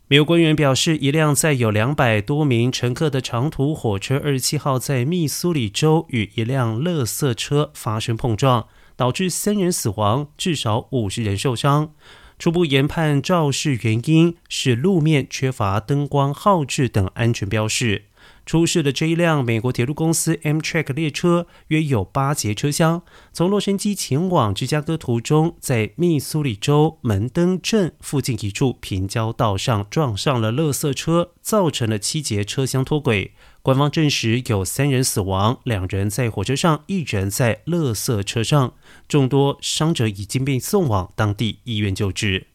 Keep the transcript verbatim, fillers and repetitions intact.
美国官员表示，一辆载有两百多名乘客的长途火车二十七号在密苏里州与一辆垃圾车发生碰撞，导致三人死亡，至少五十人受伤。初步研判肇事原因是路面缺乏灯光号志等安全标示。出事的这一辆美国铁路公司 Amtrak 列车约有八节车厢，从洛杉矶前往芝加哥途中，在密苏里州门登镇附近一处平交道上撞上了垃圾车，造成了七节车厢脱轨。官方证实有三人死亡，两人在火车上，一人在垃圾车上，众多伤者已经被送往当地医院救治。